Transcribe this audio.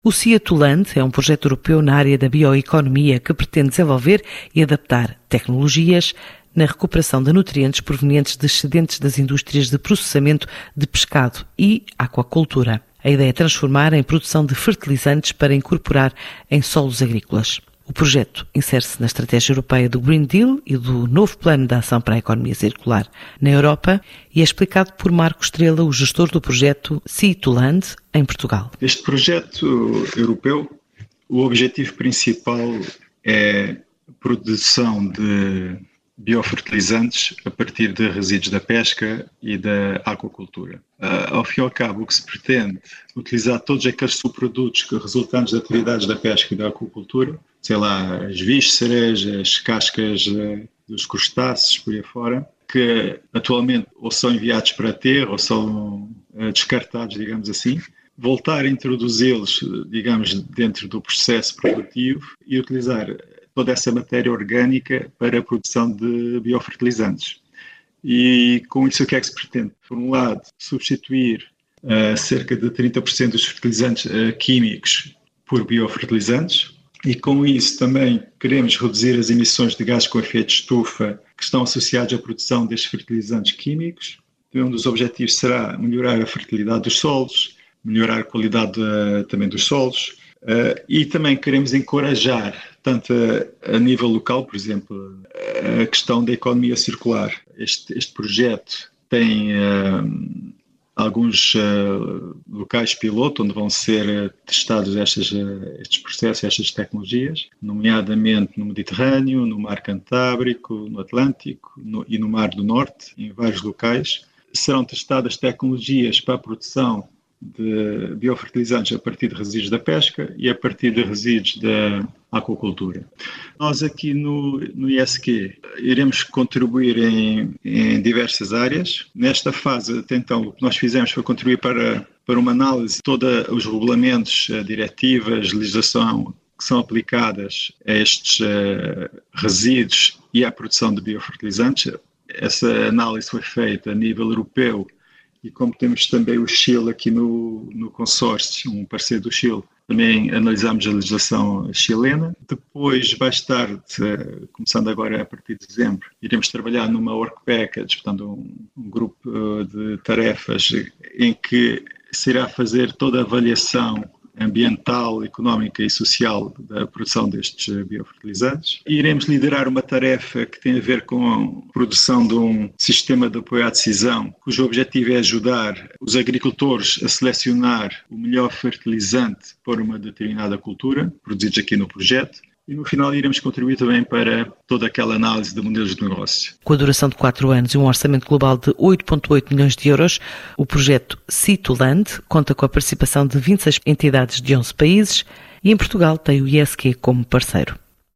O Seatoland é um projeto europeu na área da bioeconomia que pretende desenvolver e adaptar tecnologias na recuperação de nutrientes provenientes de excedentes das indústrias de processamento de pescado e aquacultura. A ideia é transformar em produção de fertilizantes para incorporar em solos agrícolas. O projeto insere-se na estratégia europeia do Green Deal e do novo Plano de Ação para a Economia Circular na Europa e é explicado por Marco Estrela, o gestor do projeto Seatoland em Portugal. Este projeto europeu, o objetivo principal é a produção de biofertilizantes a partir de resíduos da pesca e da aquacultura. Ao fim e ao cabo, o que se pretende utilizar todos aqueles subprodutos resultantes de atividades da pesca e da aquacultura, sei lá, as vísceras, as cascas dos crustáceos, por aí fora, que atualmente ou são enviados para aterro ou são descartados, digamos assim, voltar a introduzi-los, digamos, dentro do processo produtivo e utilizar toda essa matéria orgânica para a produção de biofertilizantes. E com isso o que é que se pretende? Por um lado, substituir cerca de 30% dos fertilizantes químicos por biofertilizantes e com isso também queremos reduzir as emissões de gases com efeito de estufa que estão associados à produção destes fertilizantes químicos. Um dos objetivos será melhorar a fertilidade dos solos, melhorar a qualidade também dos solos e também queremos encorajar, tanto a nível local, por exemplo, a questão da economia circular. Este projeto tem alguns locais piloto onde vão ser testados estes processos, estas tecnologias, nomeadamente no Mediterrâneo, no Mar Cantábrico, no Atlântico e no Mar do Norte, em vários locais. Serão testadas tecnologias para a produção de biofertilizantes a partir de resíduos da pesca e a partir de resíduos da aquacultura. Nós aqui no ISQ iremos contribuir em diversas áreas. Nesta fase, até então, o que nós fizemos foi contribuir para uma análise de todos os regulamentos, diretivas, legislação que são aplicadas a estes resíduos e à produção de biofertilizantes. Essa análise foi feita a nível europeu e como temos também o Chile aqui no consórcio, um parceiro do Chile, também analisamos a legislação chilena. Depois, mais tarde, começando agora a partir de dezembro, iremos trabalhar numa work package, portanto um grupo de tarefas em que se irá fazer toda a avaliação ambiental, económica e social da produção destes biofertilizantes. E iremos liderar uma tarefa que tem a ver com a produção de um sistema de apoio à decisão, cujo objetivo é ajudar os agricultores a selecionar o melhor fertilizante para uma determinada cultura, produzidos aqui no projeto. E no final iremos contribuir também para toda aquela análise de modelos de negócio. Com a duração de 4 anos e um orçamento global de 8,8 milhões de euros, o projeto Seatoland conta com a participação de 26 entidades de 11 países e em Portugal tem o ISQ como parceiro.